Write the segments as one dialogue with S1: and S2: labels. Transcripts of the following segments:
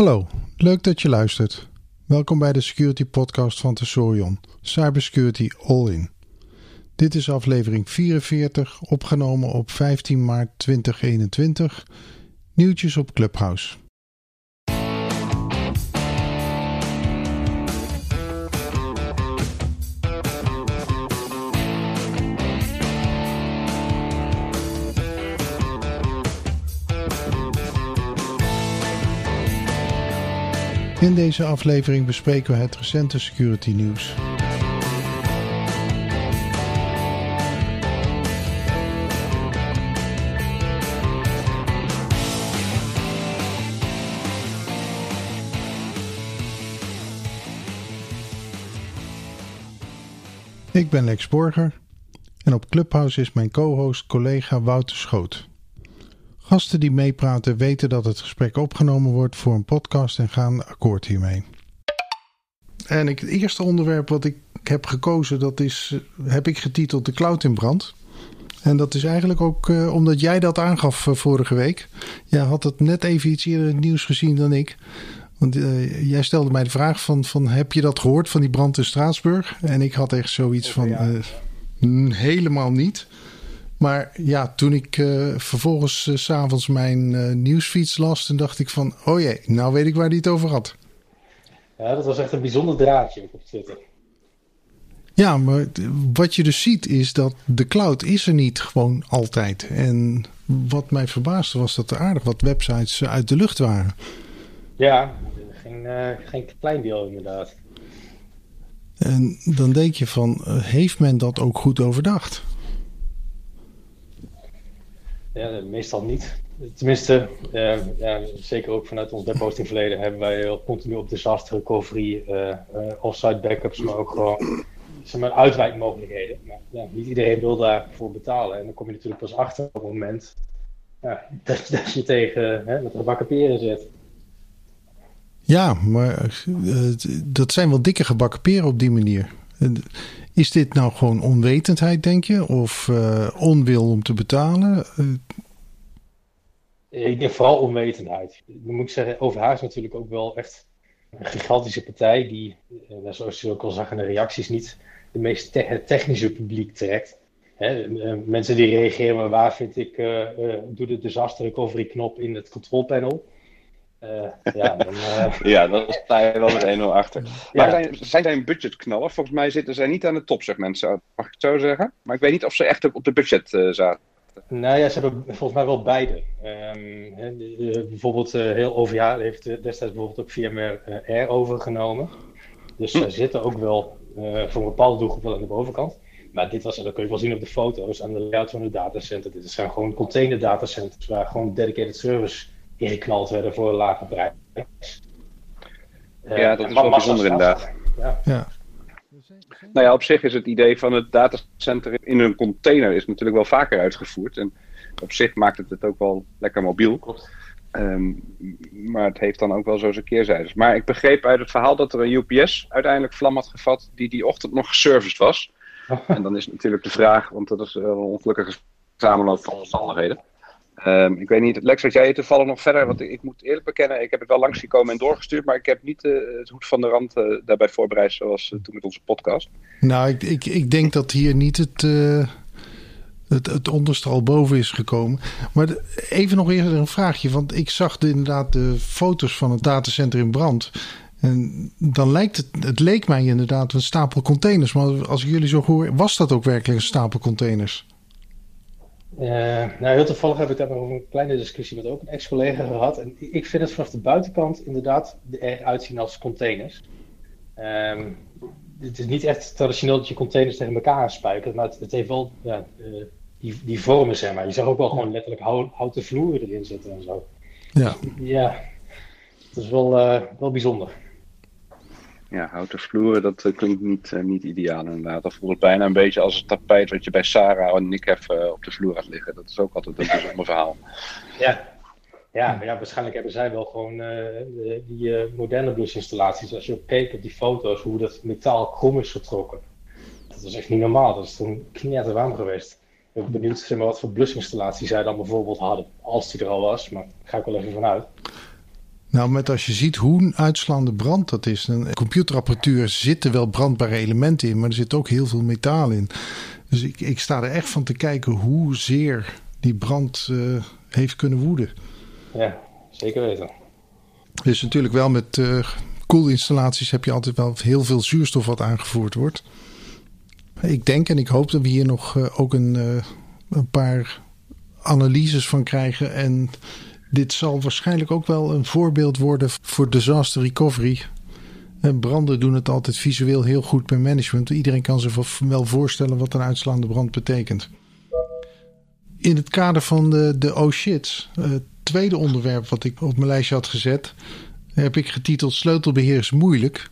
S1: Hallo, leuk dat je luistert. Welkom bij de Security Podcast van Tesorion, Cybersecurity All In. Dit is aflevering 44, opgenomen op 15 maart 2021. Nieuwtjes op Clubhouse. In deze aflevering bespreken we het recente security nieuws. Ik ben Lex Borger en op Clubhouse is mijn co-host collega Wouter Schoot. Gasten die meepraten weten dat het gesprek opgenomen wordt voor een podcast en gaan akkoord hiermee. En het eerste onderwerp wat ik heb gekozen, heb ik getiteld De Cloud in Brand. En dat is eigenlijk ook omdat jij dat aangaf vorige week. Jij had het net even iets eerder in het nieuws gezien dan ik. Want jij stelde mij de vraag van heb je dat gehoord van die brand in Straatsburg? En ik had echt zoiets van helemaal niet. Maar ja, toen ik vervolgens 's avonds mijn nieuwsfeeds las, toen dacht ik van, oh jee, nou weet ik waar hij het over had.
S2: Ja, dat was echt een bijzonder draadje op Twitter.
S1: Ja, maar wat je dus ziet is dat de cloud is er niet gewoon altijd. En wat mij verbaasde was dat er aardig wat websites uit de lucht waren.
S2: Ja, geen klein deel inderdaad.
S1: En dan denk je van, heeft men dat ook goed overdacht?
S2: Ja, meestal niet. Tenminste, zeker ook vanuit ons webhosting verleden hebben wij continu op disaster recovery, offsite backups, maar ook gewoon uitwijkmogelijkheden. Maar ja, niet iedereen wil daarvoor betalen. En dan kom je natuurlijk pas achter op het moment dat je tegen met gebakken peren zit.
S1: Ja, maar dat zijn wel dikke gebakken peren op die manier. Is dit nou gewoon onwetendheid, denk je? Of onwil om te betalen?
S2: Ik denk vooral onwetendheid. Dan moet ik zeggen, OVH is natuurlijk ook wel echt een gigantische partij die, zoals je ook al zag in de reacties, niet de meest technische publiek trekt. Mensen die reageren, maar waar vind ik, doe de disaster recovery knop in het control panel.
S3: Ja, dan sta je wel met 1-0 achter.
S2: Ja.
S3: Maar zijn zij een budgetknaller? Volgens mij zitten zij niet aan de topsegment, mag ik het zo zeggen. Maar ik weet niet of ze echt op de budget zaten.
S2: Nou ja, ze hebben volgens mij wel beide. Bijvoorbeeld heel OVH heeft destijds bijvoorbeeld ook VMware Air overgenomen. Dus zij zitten ook wel voor een bepaalde doelgroep wel aan de bovenkant. Maar dat kun je wel zien op de foto's aan de layout van het datacenter. Dit zijn gewoon container datacenters waar gewoon dedicated servers ingeknald werden voor een lage prijs.
S3: Ja, dat is wel bijzonder inderdaad.
S2: Ja.
S3: Nou ja, op zich is het idee van het datacenter in een container is natuurlijk wel vaker uitgevoerd. En op zich maakt het ook wel lekker mobiel.
S2: Klopt.
S3: Maar het heeft dan ook wel zo zijn keerzijdes. Maar ik begreep uit het verhaal dat er een UPS uiteindelijk vlam had gevat die ochtend nog geserviced was. En dan is natuurlijk de vraag, want dat is een ongelukkige samenloop van omstandigheden. Ik weet niet, Lex, had jij toevallig nog verder? Want ik moet eerlijk bekennen, ik heb het wel langs gekomen en doorgestuurd, maar ik heb niet het hoed van de rand daarbij voorbereid zoals toen met onze podcast.
S1: Nou, ik denk dat hier niet het onderste al boven is gekomen. Maar even nog eerder een vraagje, want ik zag inderdaad de foto's van het datacenter in brand. En dan het leek mij inderdaad een stapel containers, maar als ik jullie zo hoor, was dat ook werkelijk een stapel containers?
S2: Heel toevallig heb ik daar nog een kleine discussie met ook een ex-collega gehad. En ik vind het vanaf de buitenkant inderdaad eruit zien als containers. Het is niet echt traditioneel dat je containers tegen elkaar spuikert, maar het heeft wel die vormen, zeg maar. Je zag ook wel gewoon letterlijk houten vloeren erin zitten en zo.
S1: Ja.
S2: Ja, dat is wel bijzonder.
S3: Ja, houten vloeren, dat klinkt niet ideaal inderdaad. Dat voelt het bijna een beetje als het tapijt wat je bij Sarah en Nick op de vloer had liggen. Dat is ook altijd een bijzonder verhaal.
S2: Ja, waarschijnlijk hebben zij wel gewoon die moderne blusinstallaties. Als je ook keek op die foto's, hoe dat metaal krom is getrokken. Dat was echt niet normaal. Dat is toen knetterwarm geweest. Ik ben benieuwd wat voor blusinstallatie zij dan bijvoorbeeld hadden. Als die er al was, maar daar ga ik wel even vanuit.
S1: Nou, met als je ziet hoe een uitslaande brand dat is. Een computerapparatuur zitten wel brandbare elementen in, maar er zit ook heel veel metaal in. Dus ik sta er echt van te kijken hoezeer die brand heeft kunnen woeden.
S2: Ja, zeker weten.
S1: Dus natuurlijk wel met koelinstallaties heb je altijd wel heel veel zuurstof wat aangevoerd wordt. Ik denk en ik hoop dat we hier nog ook een paar analyses van krijgen. En dit zal waarschijnlijk ook wel een voorbeeld worden voor disaster recovery. Branden doen het altijd visueel heel goed bij management. Iedereen kan zich wel voorstellen wat een uitslaande brand betekent. In het kader van de oh shit, het tweede onderwerp wat ik op mijn lijstje had gezet, heb ik getiteld sleutelbeheer is moeilijk.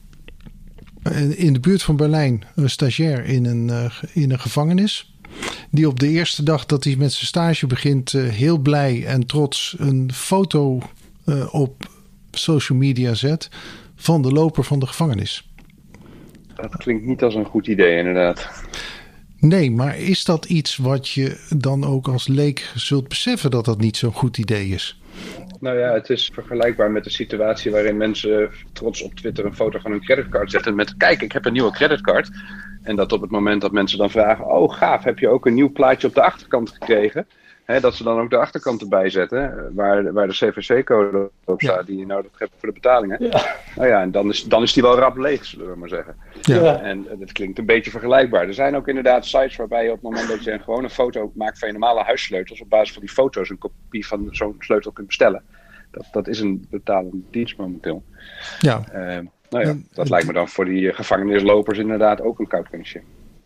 S1: In de buurt van Berlijn een stagiair in een gevangenis. Die op de eerste dag dat hij met zijn stage begint heel blij en trots een foto op social media zet van de loper van de gevangenis.
S3: Dat klinkt niet als een goed idee inderdaad.
S1: Nee, maar is dat iets wat je dan ook als leek zult beseffen dat dat niet zo'n goed idee is?
S3: Nou ja, het is vergelijkbaar met de situatie waarin mensen trots op Twitter een foto van hun creditcard zetten met kijk, ik heb een nieuwe creditcard. En dat op het moment dat mensen dan vragen, oh gaaf, heb je ook een nieuw plaatje op de achterkant gekregen? Dat ze dan ook de achterkant erbij zetten, waar de CVC-code op staat die je nodig hebt voor de betalingen. Ja. Nou ja, en dan is die wel rap leeg, zullen we maar zeggen. Ja. En dat klinkt een beetje vergelijkbaar. Er zijn ook inderdaad sites waarbij je op het moment dat je gewoon een foto maakt van je normale huissleutels, op basis van die foto's een kopie van zo'n sleutel kunt bestellen. Dat is een betalende dienst momenteel.
S1: Ja.
S3: Nou ja, dat lijkt me dan voor die gevangenislopers inderdaad ook een koud kunstje.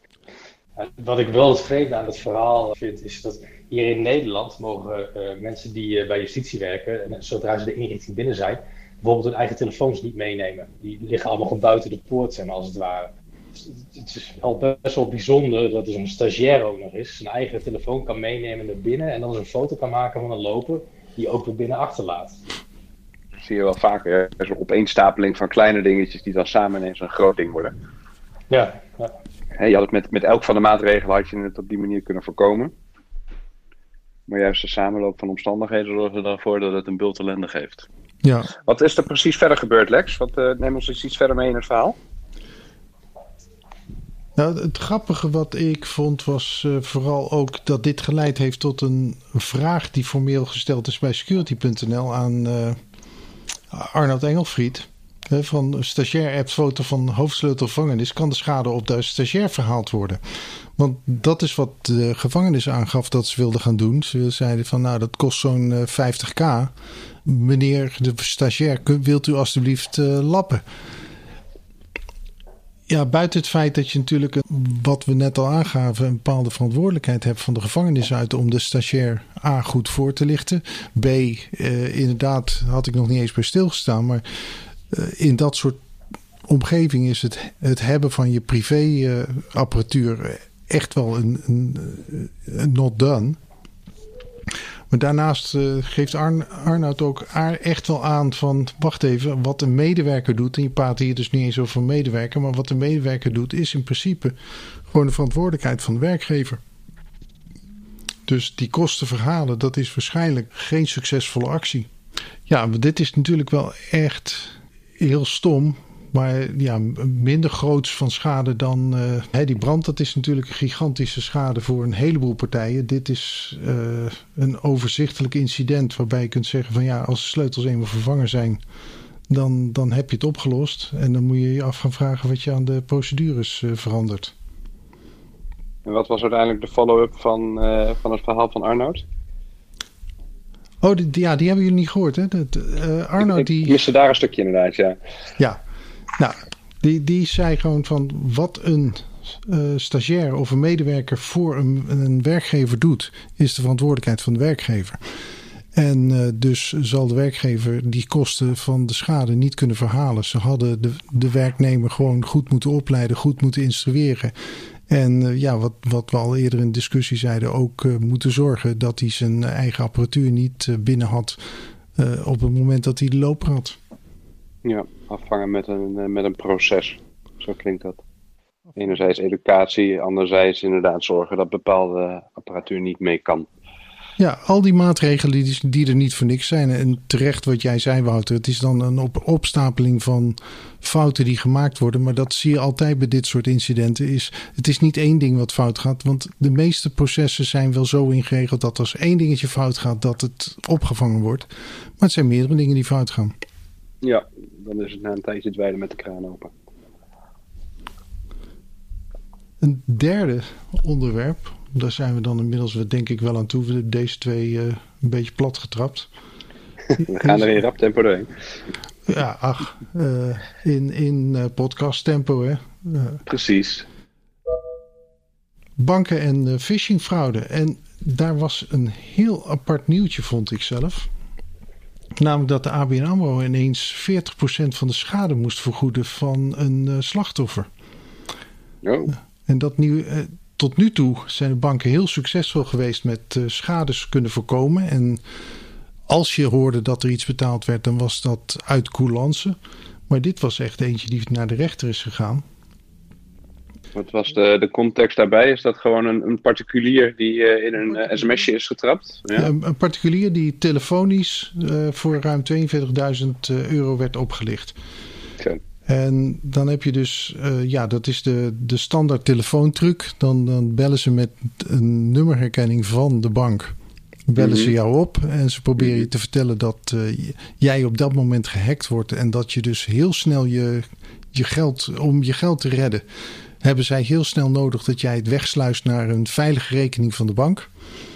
S2: Wat ik wel het vreemde aan het verhaal vind, is dat hier in Nederland mogen mensen die bij justitie werken, en zodra ze de inrichting binnen zijn, bijvoorbeeld hun eigen telefoons niet meenemen. Die liggen allemaal gewoon buiten de poort, zeg maar, als het ware. Het is al best wel bijzonder dat er zo'n stagiair ook nog is, zijn eigen telefoon kan meenemen naar binnen en dan eens een foto kan maken van een loper die ook weer binnen achterlaat.
S3: Dat zie je wel vaker, zo'n opeenstapeling van kleine dingetjes die dan samen ineens een groot ding worden.
S2: Ja.
S3: Je had het met elk van de maatregelen had je het op die manier kunnen voorkomen. Maar juist de samenloop van omstandigheden zorgen ervoor dat het een bult ellende geeft.
S1: Ja.
S3: Wat is er precies verder gebeurd, Lex? Neem ons eens iets verder mee in het verhaal.
S1: Nou, het grappige wat ik vond was vooral ook dat dit geleid heeft tot een vraag die formeel gesteld is bij security.nl aan Arnoud Engelfried. Van stagiair appt foto van hoofdsleutel gevangenis. Kan de schade op de stagiair verhaald worden? Want dat is wat de gevangenis aangaf dat ze wilden gaan doen. Ze zeiden van nou dat kost zo'n 50.000. Meneer de stagiair, wilt u alstublieft lappen? Ja, buiten het feit dat je natuurlijk, wat we net al aangaven, een bepaalde verantwoordelijkheid hebt van de gevangenis uit om de stagiair A goed voor te lichten. B, inderdaad had ik nog niet eens bij stilgestaan, maar in dat soort omgeving is het hebben van je privé-apparatuur echt wel een not done. Maar daarnaast geeft Arnoud ook echt wel aan van, wacht even, wat een medewerker doet. En je praat hier dus niet eens over een medewerker, maar wat een medewerker doet is in principe gewoon de verantwoordelijkheid van de werkgever. Dus die kosten verhalen, dat is waarschijnlijk geen succesvolle actie. Ja, maar dit is natuurlijk wel echt heel stom. Maar ja, minder groots van schade dan die brand. Dat is natuurlijk een gigantische schade voor een heleboel partijen. Dit is een overzichtelijk incident waarbij je kunt zeggen van ja, als de sleutels eenmaal vervangen zijn, dan heb je het opgelost. En dan moet je je af gaan vragen wat je aan de procedures verandert.
S3: En wat was uiteindelijk de follow-up van het verhaal van Arnoud?
S1: Oh, die hebben jullie niet gehoord, hè? Arnoud
S3: ik miste daar een stukje inderdaad, ja.
S1: Ja, nou, die zei gewoon van wat een stagiair of een medewerker voor een werkgever doet, is de verantwoordelijkheid van de werkgever. En dus zal de werkgever die kosten van de schade niet kunnen verhalen. Ze hadden de werknemer gewoon goed moeten opleiden, goed moeten instrueren. En wat we al eerder in discussie zeiden, ook moeten zorgen dat hij zijn eigen apparatuur niet binnen had op het moment dat hij de loper had.
S3: Ja, afvangen met een proces. Zo klinkt dat. Enerzijds educatie, anderzijds inderdaad zorgen dat bepaalde apparatuur niet mee kan.
S1: Ja, al die maatregelen die er niet voor niks zijn. En terecht wat jij zei, Wouter. Het is dan een opstapeling van fouten die gemaakt worden. Maar dat zie je altijd bij dit soort incidenten. Het is niet één ding wat fout gaat. Want de meeste processen zijn wel zo ingeregeld dat als één dingetje fout gaat, dat het opgevangen wordt. Maar het zijn meerdere dingen die fout gaan.
S3: Ja, dan is het na een tijdje het wijden met de kraan open.
S1: Een derde onderwerp. Daar zijn we dan inmiddels denk ik wel aan toe. We hebben deze twee een beetje plat getrapt.
S3: We gaan er in rap tempo doorheen.
S1: Ja, in podcast tempo, hè.
S3: Precies.
S1: Banken en phishingfraude. En daar was een heel apart nieuwtje, vond ik zelf. Namelijk dat de ABN AMRO ineens 40% van de schade moest vergoeden van een slachtoffer.
S3: Oh.
S1: En dat tot nu toe zijn de banken heel succesvol geweest met schades kunnen voorkomen. En als je hoorde dat er iets betaald werd, dan was dat uit coulance. Maar dit was echt eentje die naar de rechter is gegaan.
S3: Wat was de context daarbij? Is dat gewoon een particulier die in een sms'je is getrapt? Ja?
S1: Een particulier die telefonisch voor ruim 42.000 euro werd opgelicht.
S3: Okay.
S1: En dan heb je dus, dat is de standaard telefoontruc. Dan bellen ze met een nummerherkenning van de bank. Bellen ze jou op en ze proberen je te vertellen dat jij op dat moment gehackt wordt. En dat je dus heel snel om je geld te redden, hebben zij heel snel nodig dat jij het wegsluist naar een veilige rekening van de bank.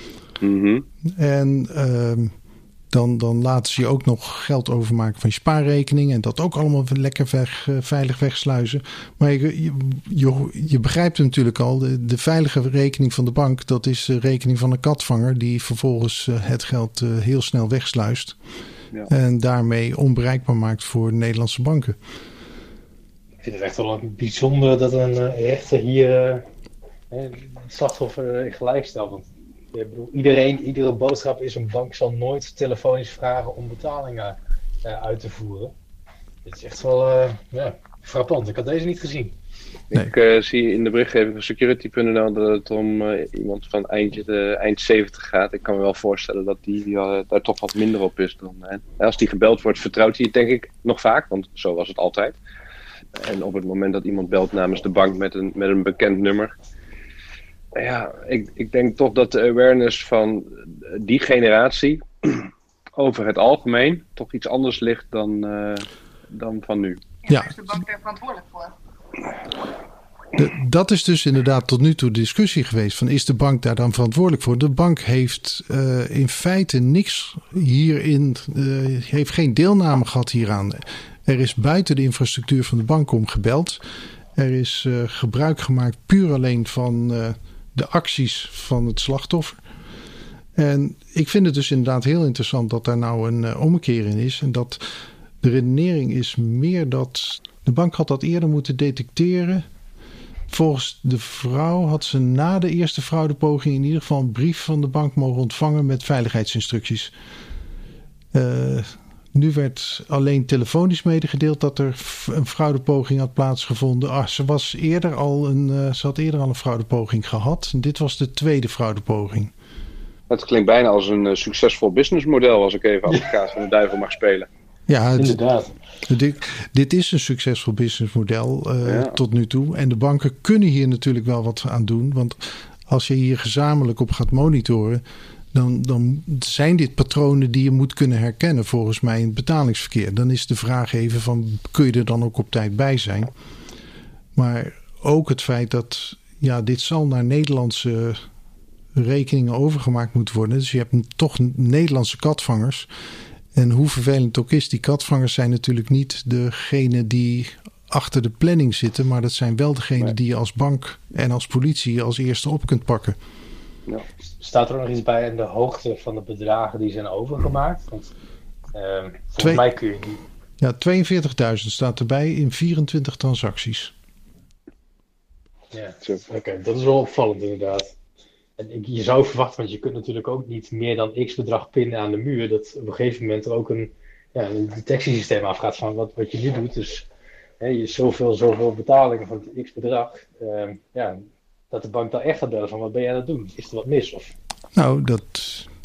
S1: En dan laten ze je ook nog geld overmaken van je spaarrekening. En dat ook allemaal lekker veilig wegsluizen. Maar je begrijpt het natuurlijk al. De veilige rekening van de bank, dat is de rekening van een katvanger die vervolgens het geld heel snel wegsluist. Ja. En daarmee onbereikbaar maakt voor Nederlandse banken.
S2: Ik vind het echt wel bijzonder dat een rechter hier het slachtoffer gelijk stelt. Want iedere boodschap is een bank zal nooit telefonisch vragen om betalingen uit te voeren. Dit is echt wel frappant. Ik had deze niet gezien.
S3: Nee. Ik zie in de berichtgeving van security.nl dat het om iemand van eind 70 gaat. Ik kan me wel voorstellen dat die daar toch wat minder op is dan. Als die gebeld wordt, vertrouwt hij het denk ik nog vaak, want zo was het altijd. En op het moment dat iemand belt namens de bank met een bekend nummer. Ja, ik denk toch dat de awareness van die generatie over het algemeen toch iets anders ligt dan van nu.
S4: Ja, is de bank daar verantwoordelijk voor?
S1: Dat is dus inderdaad tot nu toe de discussie geweest van is de bank daar dan verantwoordelijk voor? De bank heeft in feite niks hierin, heeft geen deelname gehad hieraan. Er is buiten de infrastructuur van de bank om gebeld. Er is gebruik gemaakt puur alleen van de acties van het slachtoffer. En ik vind het dus inderdaad heel interessant dat daar nou een ommekeer in is. En dat de redenering is meer dat de bank had dat eerder moeten detecteren. Volgens de vrouw had ze na de eerste fraudepoging in ieder geval een brief van de bank mogen ontvangen met veiligheidsinstructies. Nu werd alleen telefonisch medegedeeld dat er een fraudepoging had plaatsgevonden. Ze had eerder al een fraudepoging gehad. En dit was de tweede fraudepoging.
S3: Het klinkt bijna als een succesvol businessmodel als ik even advocaat van de duivel mag spelen.
S1: Ja,
S2: inderdaad.
S1: Dit is een succesvol businessmodel tot nu toe. En de banken kunnen hier natuurlijk wel wat aan doen. Want als je hier gezamenlijk op gaat monitoren, dan zijn dit patronen die je moet kunnen herkennen volgens mij in het betalingsverkeer. Dan is de vraag even van, kun je er dan ook op tijd bij zijn? Maar ook het feit dat dit zal naar Nederlandse rekeningen overgemaakt moeten worden. Dus je hebt toch Nederlandse katvangers. En hoe vervelend ook is, die katvangers zijn natuurlijk niet degene die achter de planning zitten, maar dat zijn wel degenen die je als bank en als politie als eerste op kunt pakken.
S2: Ja. Staat er nog iets bij aan de hoogte van de bedragen die zijn overgemaakt? Want volgens mij kun je die...
S1: Ja, 42.000 staat erbij in 24 transacties.
S2: Ja, oké, dat is wel opvallend inderdaad. En je zou verwachten, want je kunt natuurlijk ook niet meer dan x bedrag pinnen aan de muur, dat op een gegeven moment er ook een detectiesysteem afgaat van wat je nu doet. Dus je zoveel betalingen van het x bedrag. Dat de bank dan echt gaat bellen van wat ben jij aan het doen? Is er wat mis? Of...
S1: Nou,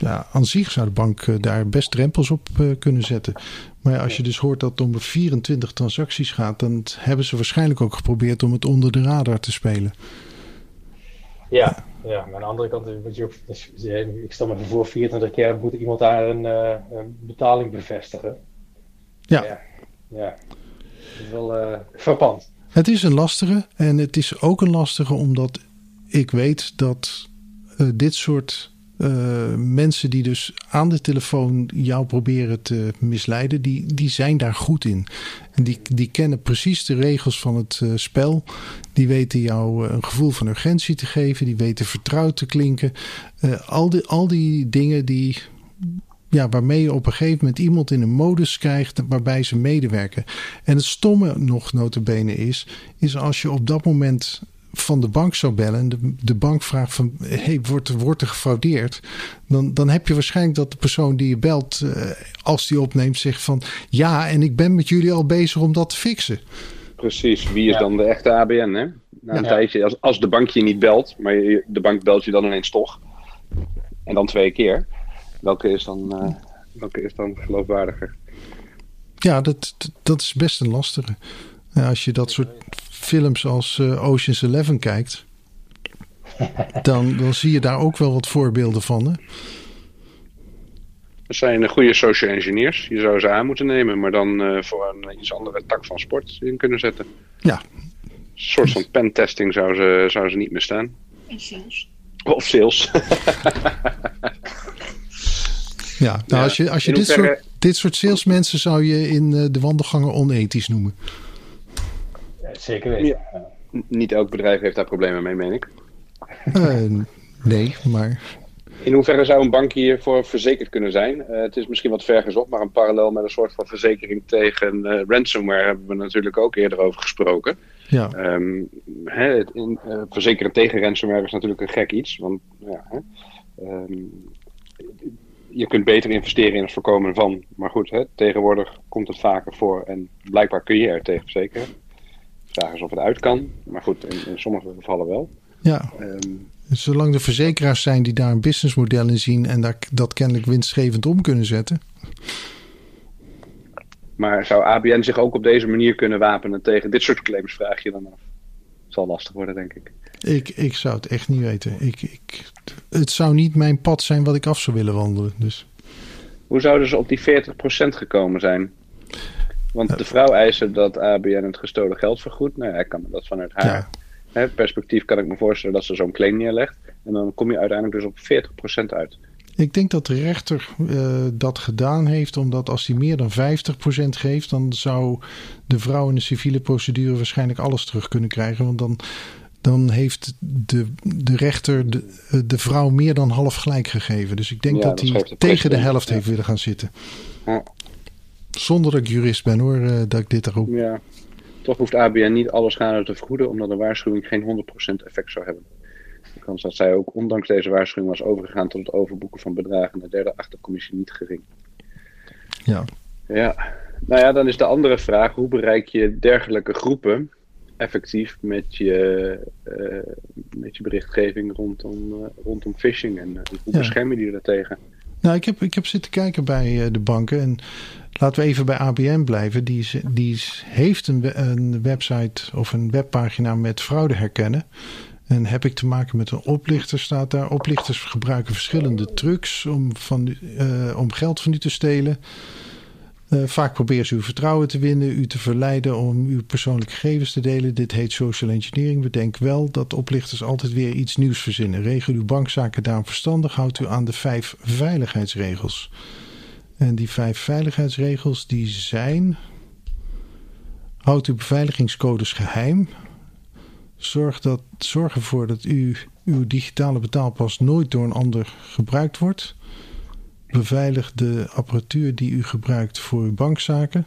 S1: aan zich zou de bank daar best drempels op kunnen zetten. Maar als je dus hoort dat het om 24 transacties gaat, dan hebben ze waarschijnlijk ook geprobeerd om het onder de radar te spelen.
S2: Ja, maar aan de andere kant moet je ook, ik stel me voor 24 keer moet iemand daar een betaling bevestigen. Ja. Dat is wel frappant.
S1: Het is een lastige en het is ook een lastige omdat ik weet dat dit soort mensen die dus aan de telefoon jou proberen te misleiden, die zijn daar goed in. En die kennen precies de regels van het spel. Die weten jou een gevoel van urgentie te geven. Die weten vertrouwd te klinken. Al die dingen waarmee je op een gegeven moment iemand in een modus krijgt waarbij ze medewerken. En het stomme nog nota bene is als je op dat moment van de bank zou bellen en de bank vraagt van wordt er gefraudeerd, dan heb je waarschijnlijk dat de persoon die je belt, als die opneemt, zegt van ja, en ik ben met jullie al bezig om dat te fixen.
S3: Precies, wie is dan de echte ABN, hè? Na een tijdje, als de bank je niet belt, maar de bank belt je dan ineens toch, en dan 2 keer, welke is dan geloofwaardiger? Ja,
S1: dat is best een lastige. Als je dat soort films als Ocean's 11 kijkt, dan zie je daar ook wel wat voorbeelden van. Hè?
S3: Dat zijn goede social engineers. Je zou ze aan moeten nemen, maar dan voor een iets andere tak van sport in kunnen zetten.
S1: Ja.
S3: Een soort van pentesting zou ze niet meer staan.
S4: En sales.
S3: Of sales.
S1: Ja, nou als je dit soort salesmensen zou je in de wandelgangen onethisch noemen.
S2: Zeker weten.
S3: Ja. Niet elk bedrijf heeft daar problemen mee, meen ik.
S1: Nee, maar...
S3: In hoeverre zou een bank hiervoor verzekerd kunnen zijn? Het is misschien wat ver gezocht, maar een parallel met een soort van verzekering tegen ransomware hebben we natuurlijk ook eerder over gesproken.
S1: Ja.
S3: Verzekeren tegen ransomware is natuurlijk een gek iets, want je kunt beter investeren in het voorkomen van. Maar goed, tegenwoordig komt het vaker voor en blijkbaar kun je er tegen verzekeren. De vraag is of het uit kan, maar goed, in sommige gevallen wel.
S1: Ja, zolang er verzekeraars zijn die daar een businessmodel in zien en dat kennelijk winstgevend om kunnen zetten.
S3: Maar zou ABN zich ook op deze manier kunnen wapenen tegen dit soort claims, vraag je dan af? Het zal lastig worden, denk ik.
S1: Ik zou het echt niet weten. Het zou niet mijn pad zijn wat ik af zou willen wandelen. Dus.
S3: Hoe zouden ze op die 40% gekomen zijn? Want de vrouw eiste dat ABN het gestolen geld vergoedt. Nou ja, ik kan me dat vanuit haar perspectief kan ik me voorstellen dat ze zo'n claim neerlegt. En dan kom je uiteindelijk dus op 40% uit.
S1: Ik denk dat de rechter dat gedaan heeft, omdat als hij meer dan 50% geeft, dan zou de vrouw in de civiele procedure waarschijnlijk alles terug kunnen krijgen. Want dan heeft de rechter de vrouw meer dan half gelijk gegeven. Dus ik denk dat hij tegen de helft heeft willen gaan zitten. Ja. Zonder dat ik jurist ben hoor, dat ik dit roep.
S3: Ja, toch hoeft ABN niet alle schade te vergoeden, omdat een waarschuwing geen 100% effect zou hebben. De kans dat zij ook ondanks deze waarschuwing was overgegaan tot het overboeken van bedragen in de derde achtercommissie niet gering.
S1: Ja.
S3: Ja, nou ja, dan is de andere vraag, hoe bereik je dergelijke groepen effectief met je berichtgeving rondom phishing en hoe beschermen die daartegen?
S1: Nou, ik heb zitten kijken bij de banken en laten we even bij ABN blijven. Die heeft een website of een webpagina met fraude herkennen. En heb ik te maken met een oplichter, staat daar. Oplichters gebruiken verschillende trucs om geld van u te stelen. Vaak proberen ze uw vertrouwen te winnen, u te verleiden om uw persoonlijke gegevens te delen. Dit heet social engineering. Bedenk wel dat oplichters altijd weer iets nieuws verzinnen. Regel uw bankzaken daarom verstandig. Houdt u aan de 5 veiligheidsregels. En die 5 veiligheidsregels die zijn: houd uw beveiligingscodes geheim. Zorg ervoor dat uw digitale betaalpas nooit door een ander gebruikt wordt. Beveilig de apparatuur die u gebruikt voor uw bankzaken.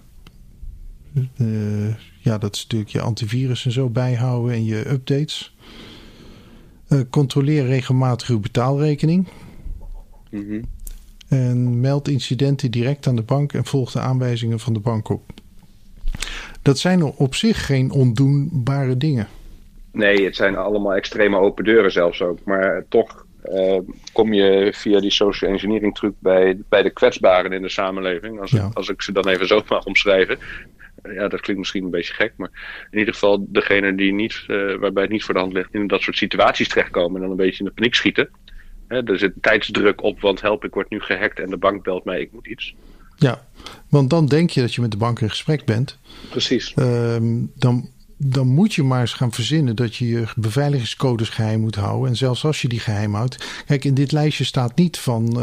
S1: Dat stuk je antivirus en zo bijhouden en je updates. Controleer regelmatig uw betaalrekening. Mm-hmm. En meld incidenten direct aan de bank en volg de aanwijzingen van de bank op. Dat zijn op zich geen ondoenbare dingen.
S3: Nee, het zijn allemaal extreme open deuren zelfs ook. Maar toch kom je via die social engineering truc bij de kwetsbaren in de samenleving. Als ik ze dan even zo mag omschrijven. Ja, dat klinkt misschien een beetje gek, maar in ieder geval degene die niet, waarbij het niet voor de hand ligt in dat soort situaties terechtkomen en dan een beetje in de paniek schieten. Er zit tijdsdruk op, want help, ik word nu gehackt en de bank belt mij, ik moet iets.
S1: Ja, want dan denk je dat je met de bank in gesprek bent.
S3: Precies.
S1: Dan moet je maar eens gaan verzinnen dat je je beveiligingscodes geheim moet houden. En zelfs als je die geheim houdt. Kijk, in dit lijstje staat niet van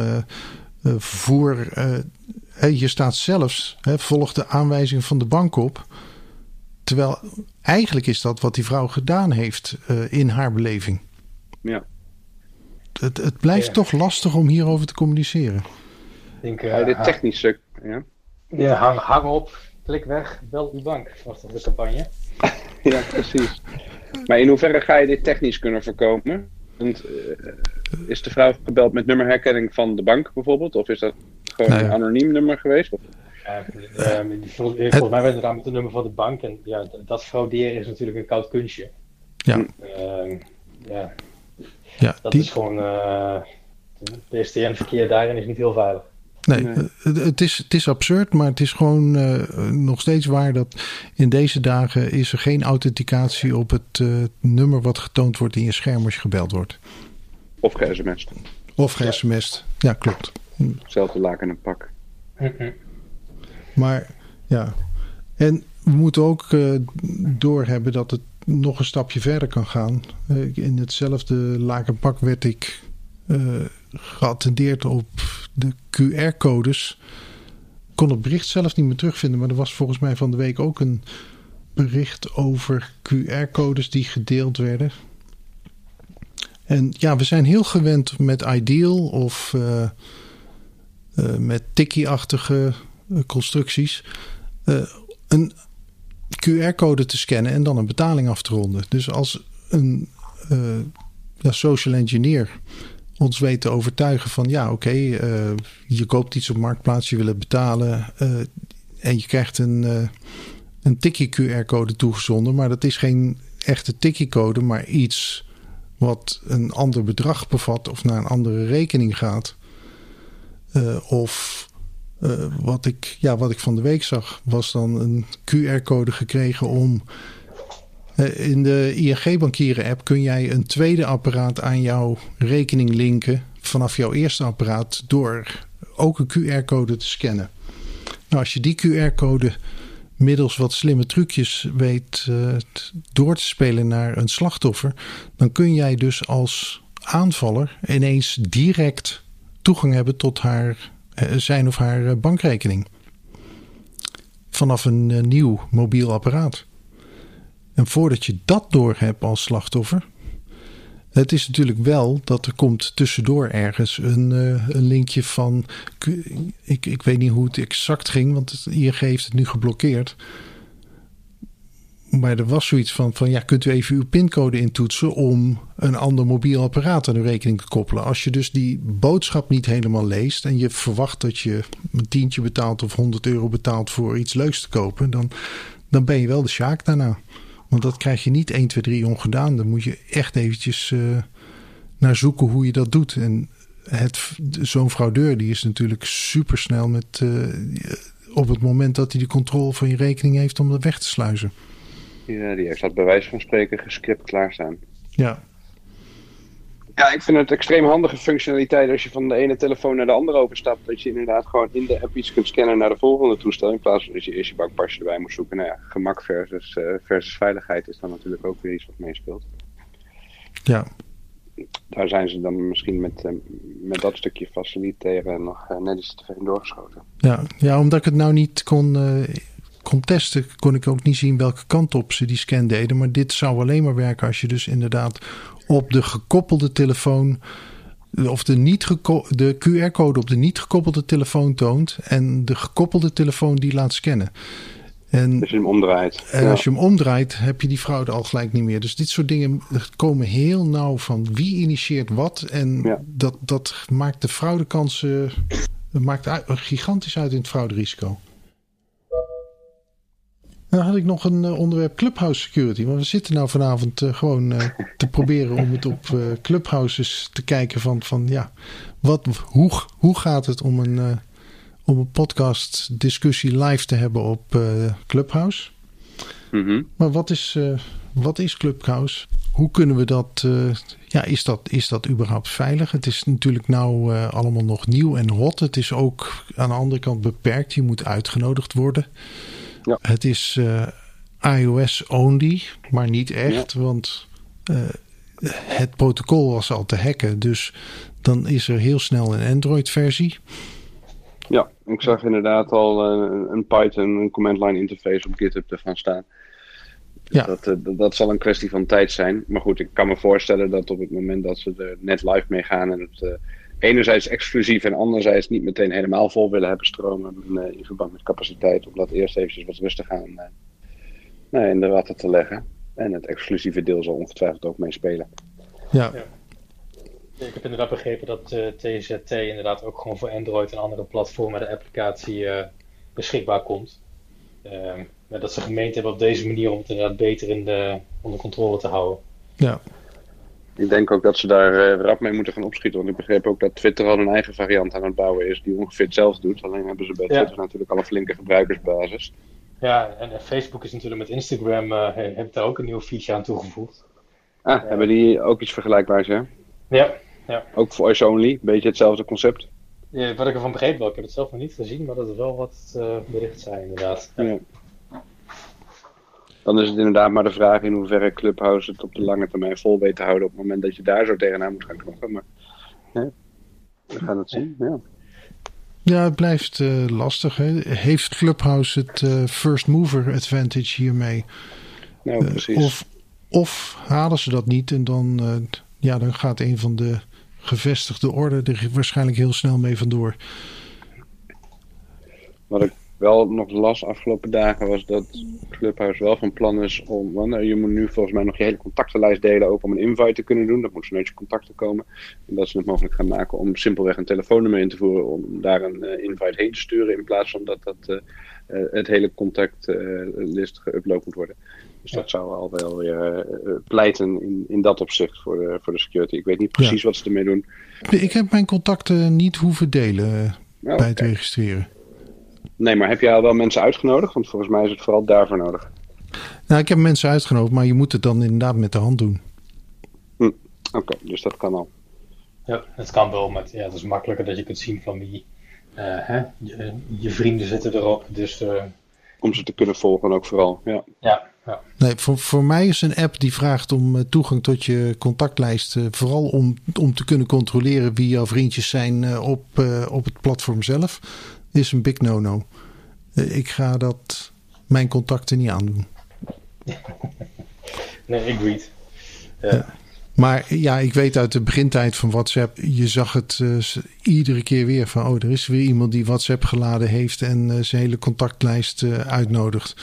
S1: hier staat zelfs volg de aanwijzing van de bank op. Terwijl eigenlijk is dat wat die vrouw gedaan heeft in haar beleving.
S3: Ja.
S1: Het blijft toch lastig om hierover te communiceren.
S3: Dit technische...
S2: Ja, hang op, klik weg, bel uw bank. Was toch de campagne?
S3: Ja, precies. Maar in hoeverre ga je dit technisch kunnen voorkomen? Want, is de vrouw gebeld met nummerherkenning van de bank bijvoorbeeld? Of is dat gewoon een anoniem nummer geweest?
S2: Volgens mij werd het aan met het nummer van de bank. En ja, dat frauderen is natuurlijk een koud kunstje.
S1: Ja.
S2: Dat is gewoon... PSTN-verkeer daarin is niet heel veilig.
S1: Nee, het is absurd, maar het is gewoon nog steeds waar dat in deze dagen is er geen authenticatie op het nummer wat getoond wordt in je scherm als je gebeld wordt.
S3: Of ge-sms'd.
S1: Of ge-sms'd, ja klopt.
S3: Hetzelfde laken en pak.
S1: Maar ja, en we moeten ook doorhebben dat het nog een stapje verder kan gaan. In hetzelfde lakenpak werd ik geattendeerd op de QR-codes. Ik kon het bericht zelf niet meer terugvinden, maar er was volgens mij van de week ook een bericht over QR-codes die gedeeld werden. En ja, we zijn heel gewend met Ideal of met Tiki-achtige constructies een QR-code te scannen en dan een betaling af te ronden. Dus als een social engineer ons weet te overtuigen van je koopt iets op Marktplaats, je wil het betalen en je krijgt een Tiki QR-code toegezonden, maar dat is geen echte Tiki-code, maar iets wat een ander bedrag bevat of naar een andere rekening gaat. Wat ik van de week zag, was dan een QR-code gekregen om... in de ING-bankieren-app kun jij een tweede apparaat aan jouw rekening linken vanaf jouw eerste apparaat door ook een QR-code te scannen. Nou, als je die QR-code middels wat slimme trucjes weet door te spelen naar een slachtoffer, dan kun jij dus als aanvaller ineens direct toegang hebben tot zijn of haar bankrekening. Vanaf een nieuw mobiel apparaat. En voordat je dat door hebt als slachtoffer, het is natuurlijk wel dat er komt tussendoor ergens een linkje van, ik weet niet hoe het exact ging, want het ING heeft het nu geblokkeerd. Maar er was zoiets van kunt u even uw pincode intoetsen om een ander mobiel apparaat aan uw rekening te koppelen. Als je dus die boodschap niet helemaal leest en je verwacht dat je een tientje betaalt of €100 betaalt voor iets leuks te kopen, dan ben je wel de sjaak daarna. Want dat krijg je niet 1, 2, 3 ongedaan. Dan moet je echt eventjes naar zoeken hoe je dat doet. En zo'n fraudeur die is natuurlijk supersnel met op het moment dat hij de controle van je rekening heeft om dat weg te sluizen.
S3: Ja, die heeft dat bij wijze van spreken gescript klaarstaan.
S1: Ja.
S3: Ja, ik vind het extreem handige functionaliteit als je van de ene telefoon naar de andere overstapt. Dat je inderdaad gewoon in de app iets kunt scannen naar de volgende toestel. In plaats van dat je eerst je bankpasje erbij moet zoeken. Nou ja, gemak versus veiligheid is dan natuurlijk ook weer iets wat meespeelt.
S1: Ja.
S3: Daar zijn ze dan misschien met dat stukje faciliteren nog net iets te ver in doorgeschoten.
S1: Ja, omdat ik het nou niet kon testen, kon ik ook niet zien welke kant op ze die scan deden. Maar dit zou alleen maar werken als je dus inderdaad op de gekoppelde telefoon of de QR-code op de niet gekoppelde telefoon toont en de gekoppelde telefoon die laat scannen. En
S3: als je hem omdraait.
S1: En als je hem omdraait, heb je die fraude al gelijk niet meer. Dus dit soort dingen komen heel nauw van wie initieert wat. En dat maakt de fraudekansen gigantisch uit in het frauderisico. Dan had ik nog een onderwerp Clubhouse Security. Want we zitten nou vanavond gewoon te proberen om het op Clubhouses te kijken van ja, hoe gaat het om een podcast discussie live te hebben op Clubhouse? Mm-hmm. Maar wat is Clubhouse? Hoe kunnen we dat... is dat überhaupt veilig? Het is natuurlijk nou allemaal nog nieuw en hot. Het is ook aan de andere kant beperkt. Je moet uitgenodigd worden. Ja. Het is iOS only, maar niet echt. Ja. Want het protocol was al te hacken. Dus dan is er heel snel een Android versie.
S3: Ja, ik zag inderdaad al een Python, een command line interface op GitHub ervan staan. Ja. Dat zal een kwestie van tijd zijn. Maar goed, ik kan me voorstellen dat op het moment dat ze er net live mee gaan en het enerzijds exclusief en anderzijds niet meteen helemaal vol willen hebben stromen in verband met capaciteit, om dat eerst eventjes wat rustig aan in de ratten te leggen. En het exclusieve deel zal ongetwijfeld ook meespelen.
S1: Ja.
S2: Ik heb inderdaad begrepen dat TZT inderdaad ook gewoon voor Android en andere platformen de applicatie beschikbaar komt. Dat ze gemeend hebben op deze manier om het inderdaad beter onder controle te houden.
S1: Ja.
S3: Ik denk ook dat ze daar rap mee moeten gaan opschieten. Want ik begreep ook dat Twitter al een eigen variant aan het bouwen is die ongeveer hetzelfde doet. Alleen hebben ze bij Twitter natuurlijk al een flinke gebruikersbasis.
S2: Ja, en Facebook is natuurlijk met Instagram, heeft daar ook een nieuwe feature aan toegevoegd.
S3: Hebben die ook iets vergelijkbaars, hè?
S2: Ja.
S3: Ook voice only, beetje hetzelfde concept.
S2: Ja, wat ik ervan begreep wel, ik heb het zelf nog niet gezien, maar dat is wel wat bericht zijn inderdaad.
S3: Ja. Dan is het inderdaad maar de vraag in hoeverre Clubhouse het op de lange termijn vol weet te houden op het moment dat je daar zo tegenaan moet gaan knokken. Maar we gaan het zien, ja.
S1: Ja, het blijft lastig. Hè? Heeft Clubhouse het first mover advantage hiermee?
S3: Nou, precies.
S1: Of halen ze dat niet en dan gaat een van de gevestigde orde er waarschijnlijk heel snel mee vandoor.
S3: Wat ik wel nog las afgelopen dagen was dat Clubhouse wel van plan is om... je moet nu volgens mij nog je hele contactenlijst delen ook om een invite te kunnen doen. Dat moet vanuit je contacten komen. En dat ze het mogelijk gaan maken om simpelweg een telefoonnummer in te voeren om daar een invite heen te sturen in plaats van dat het hele contactlist geüpload moet worden. Dus dat zou al wel weer pleiten in dat opzicht voor de security. Ik weet niet precies wat ze ermee doen.
S1: Ik heb mijn contacten niet hoeven delen bij het registreren.
S3: Nee, maar heb jij al wel mensen uitgenodigd? Want volgens mij is het vooral daarvoor nodig.
S1: Nou, ik heb mensen uitgenodigd, maar je moet het dan inderdaad met de hand doen.
S3: Oké, dus dat kan al.
S2: Ja, het kan wel, maar het is makkelijker dat je kunt zien van wie je vrienden zitten erop. Dus,
S3: om ze te kunnen volgen ook vooral,
S2: ja.
S1: Nee, voor mij is een app die vraagt om toegang tot je contactlijst. Vooral om te kunnen controleren wie jouw vriendjes zijn op het platform zelf. Is een big no-no. Ik ga mijn contacten niet aandoen.
S2: Nee, agreed.
S1: Maar ja, ik weet uit de begintijd van WhatsApp, je zag het iedere keer weer van, er is weer iemand die WhatsApp geladen heeft en zijn hele contactlijst uitnodigt.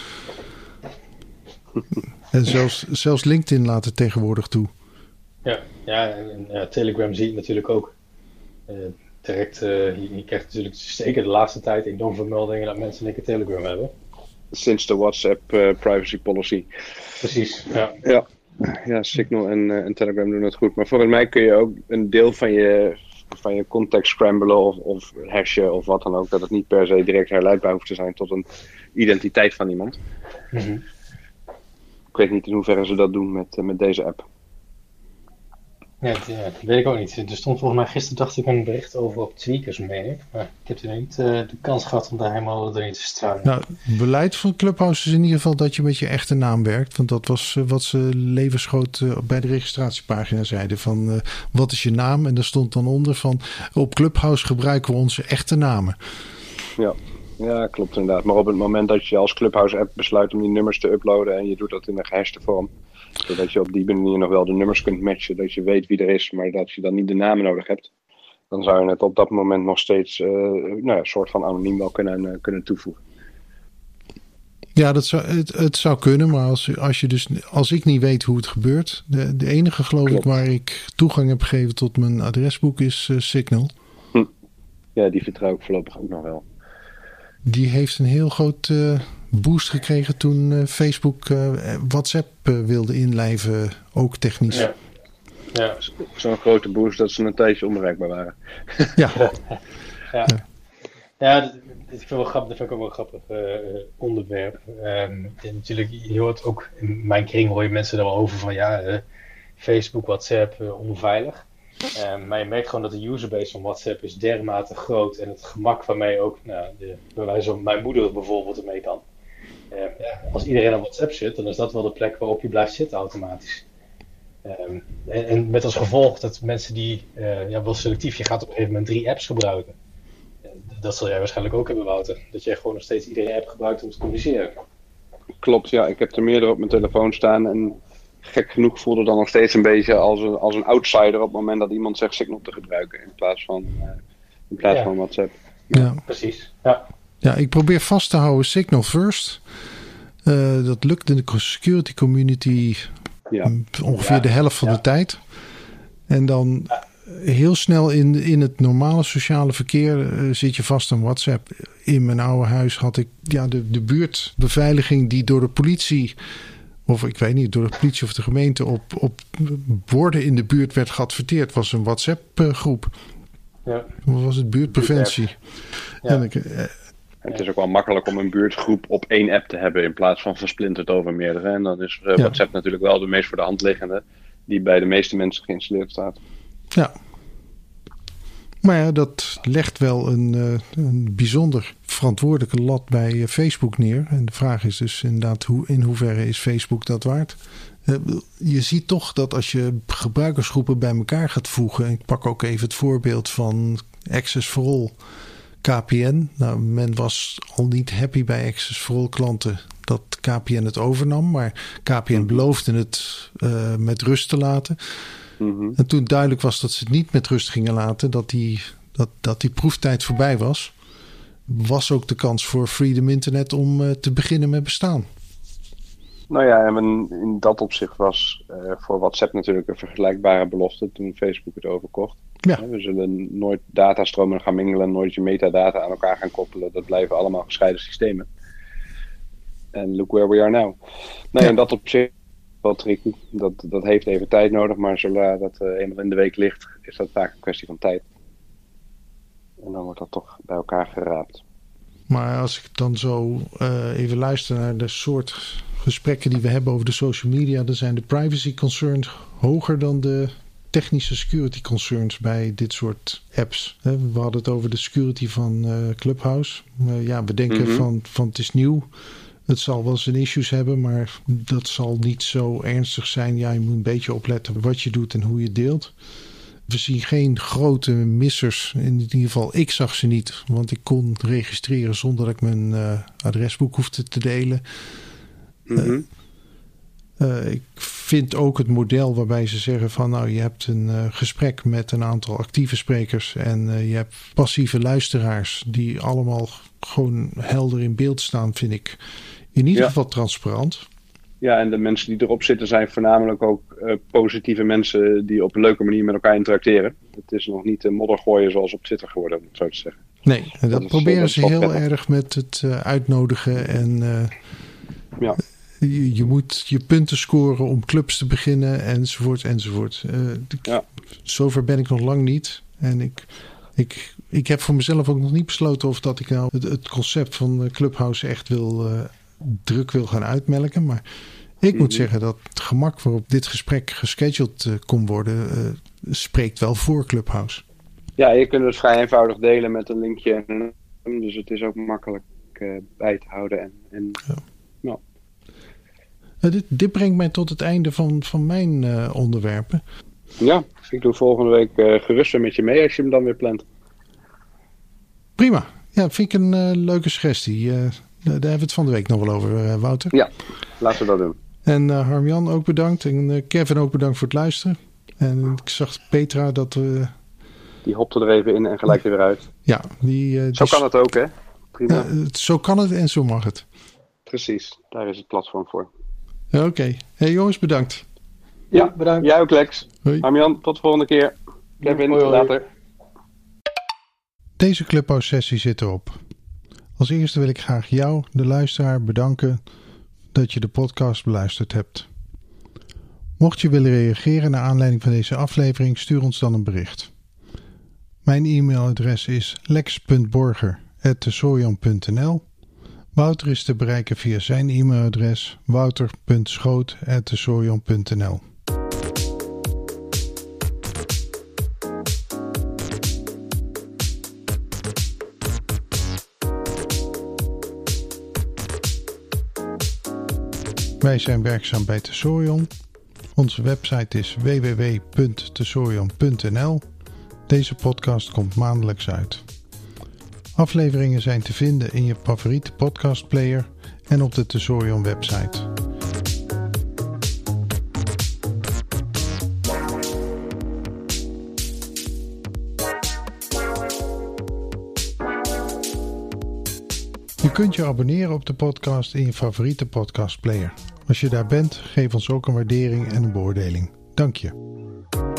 S1: En zelfs LinkedIn laat het tegenwoordig toe.
S2: Ja, en Telegram zie je natuurlijk ook. Direct, je krijgt natuurlijk zeker de laatste tijd enorm veel meldingen dat mensen een Telegram hebben.
S3: Sinds de WhatsApp privacy policy.
S2: Precies,
S3: Ja, Signal en Telegram doen het goed. Maar volgens mij kun je ook een deel van je context scramblen of hashen of wat dan ook. Dat het niet per se direct herleidbaar hoeft te zijn tot een identiteit van iemand.
S2: Mm-hmm.
S3: Ik weet niet in hoeverre ze dat doen met deze app.
S2: Ja, dat weet ik ook niet. Er stond volgens mij gisteren, dacht ik, een bericht over op Tweakers, meen ik. Maar ik heb er niet de kans gehad om daar helemaal doorheen te struinen.
S1: Nou, het beleid van Clubhouse is in ieder geval dat je met je echte naam werkt. Want dat was wat ze levensgroot bij de registratiepagina zeiden. Van wat is je naam? En daar stond dan onder van op Clubhouse gebruiken we onze echte namen.
S3: Ja, klopt inderdaad. Maar op het moment dat je als Clubhouse-app besluit om die nummers te uploaden en je doet dat in een gehashte vorm, zodat je op die manier nog wel de nummers kunt matchen, dat je weet wie er is, maar dat je dan niet de namen nodig hebt, dan zou je het op dat moment nog steeds een soort van anoniem wel kunnen toevoegen.
S1: Ja, het zou kunnen, maar als ik niet weet hoe het gebeurt, de enige geloof ik waar ik toegang heb gegeven tot mijn adresboek is Signal.
S3: Ja, die vertrouw ik voorlopig ook nog wel.
S1: Die heeft een heel groot boost gekregen toen Facebook WhatsApp wilde inlijven, ook technisch.
S2: Ja.
S3: Zo'n grote boost dat ze een tijdje onbereikbaar waren.
S1: Ja.
S2: Ja, dat vind ik ook wel een grappig onderwerp. En natuurlijk, je hoort ook in mijn kring hoor je mensen er wel over van Facebook, WhatsApp, onveilig. Maar je merkt gewoon dat de userbase van WhatsApp is dermate groot en het gemak waarmee ook, bij wijze van mijn moeder bijvoorbeeld ermee kan. Als iedereen op WhatsApp zit, dan is dat wel de plek waarop je blijft zitten automatisch. En met als gevolg dat mensen die, wel selectief, je gaat op een gegeven moment 3 apps gebruiken. Dat zal jij waarschijnlijk ook hebben, Wouter. Dat jij gewoon nog steeds iedere app gebruikt om te communiceren.
S3: Klopt, ja. Ik heb er meerdere op mijn telefoon staan. En gek genoeg voelde dan nog steeds een beetje als een outsider op het moment dat iemand zegt Signal te gebruiken. In plaats van WhatsApp.
S1: Ja.
S2: Precies.
S1: Ja, ik probeer vast te houden Signal first. Dat lukt in de security community ongeveer de helft van de tijd. En dan heel snel in het normale sociale verkeer zit je vast aan WhatsApp. In mijn oude huis had ik de buurtbeveiliging die door de politie, of ik weet niet, door de politie of de gemeente op borden in de buurt werd geadverteerd, was een WhatsApp groep. Ja. Wat was het? Buurtpreventie. Ja.
S3: Het is ook wel makkelijk om een buurtgroep op 1 app te hebben in plaats van versplinterd over meerdere. En dan is WhatsApp natuurlijk wel de meest voor de hand liggende die bij de meeste mensen geïnstalleerd staat. Ja.
S1: Maar ja, dat legt wel een bijzonder verantwoordelijke lat bij Facebook neer. En de vraag is dus inderdaad in hoeverre is Facebook dat waard? Je ziet toch dat als je gebruikersgroepen bij elkaar gaat voegen. Ik pak ook even het voorbeeld van Access for All, KPN. Nou, men was al niet happy bij Access for All klanten dat KPN het overnam. Maar KPN beloofde het met rust te laten. Mm-hmm. En toen duidelijk was dat ze het niet met rust gingen laten, dat die proeftijd voorbij was ook de kans voor Freedom Internet om te beginnen met bestaan.
S3: Nou ja, en in dat opzicht was voor WhatsApp natuurlijk een vergelijkbare belofte toen Facebook het overkocht. Ja. We zullen nooit datastromen gaan mingelen, nooit je metadata aan elkaar gaan koppelen. Dat blijven allemaal gescheiden systemen. En look where we are now. Nou ja, in dat opzicht wel tricky. Dat heeft even tijd nodig, maar zodra dat eenmaal in de week ligt, is dat vaak een kwestie van tijd. En dan wordt dat toch bij elkaar geraapt.
S1: Maar als ik dan zo even luister naar de soort gesprekken die we hebben over de social media, dan zijn de privacy concerns hoger dan de technische security concerns bij dit soort apps. We hadden het over de security van Clubhouse. We denken van het is nieuw. Het zal wel zijn issues hebben, maar dat zal niet zo ernstig zijn. Ja, je moet een beetje opletten wat je doet en hoe je deelt. We zien geen grote missers. In ieder geval, ik zag ze niet. Want ik kon registreren zonder dat ik mijn adresboek hoefde te delen. Mm-hmm. Ik vind ook het model waarbij ze zeggen van je hebt een gesprek met een aantal actieve sprekers en je hebt passieve luisteraars die allemaal gewoon helder in beeld staan, vind ik in ieder geval transparant.
S3: Ja, en de mensen die erop zitten zijn voornamelijk ook positieve mensen die op een leuke manier met elkaar interacteren. Het is nog niet moddergooien zoals op Twitter geworden, om het zo te zeggen.
S1: Nee, en dat proberen ze heel erg met het uitnodigen en je moet je punten scoren om clubs te beginnen enzovoort. Zover ben ik nog lang niet. En ik heb voor mezelf ook nog niet besloten of dat ik nou het concept van Clubhouse echt druk wil gaan uitmelken. Maar ik moet zeggen dat het gemak waarop dit gesprek gescheduled kon worden, spreekt wel voor Clubhouse.
S3: Ja, je kunt het vrij eenvoudig delen met een linkje. Dus het is ook makkelijk bij te houden.
S1: Dit brengt mij tot het einde van mijn onderwerpen.
S3: Ja, ik doe volgende week gerust weer met je mee als je hem dan weer plant.
S1: Prima. Ja, vind ik een leuke suggestie. Daar hebben we het van de week nog wel over, Wouter.
S3: Ja, laten we dat doen.
S1: En Harmjan ook bedankt. En Kevin ook bedankt voor het luisteren. En ik zag Petra dat we...
S3: Die hopte er even in en gelijk er weer uit.
S1: Ja.
S3: Zo kan het ook, hè? Prima.
S1: Zo kan het en zo mag het.
S3: Precies, daar is het platform voor.
S1: Oké. Hey jongens, bedankt.
S3: Ja, bedankt. Jij ook, Lex. Harmjan, tot de volgende keer. Kevin, tot later.
S1: Deze Clubhouse-sessie zit erop. Als eerste wil ik graag jou, de luisteraar, bedanken dat je de podcast beluisterd hebt. Mocht je willen reageren naar aanleiding van deze aflevering, stuur ons dan een bericht. Mijn e-mailadres is lex.borger@tesorion.nl. Wouter is te bereiken via zijn e-mailadres wouter.schoot@tesorion.nl. Wij zijn werkzaam bij Tesorion. Onze website is www.tesorion.nl. Deze podcast komt maandelijks uit. Afleveringen zijn te vinden in je favoriete podcastplayer en op de Tesorion website. Je kunt je abonneren op de podcast in je favoriete podcastplayer. Als je daar bent, geef ons ook een waardering en een beoordeling. Dank je.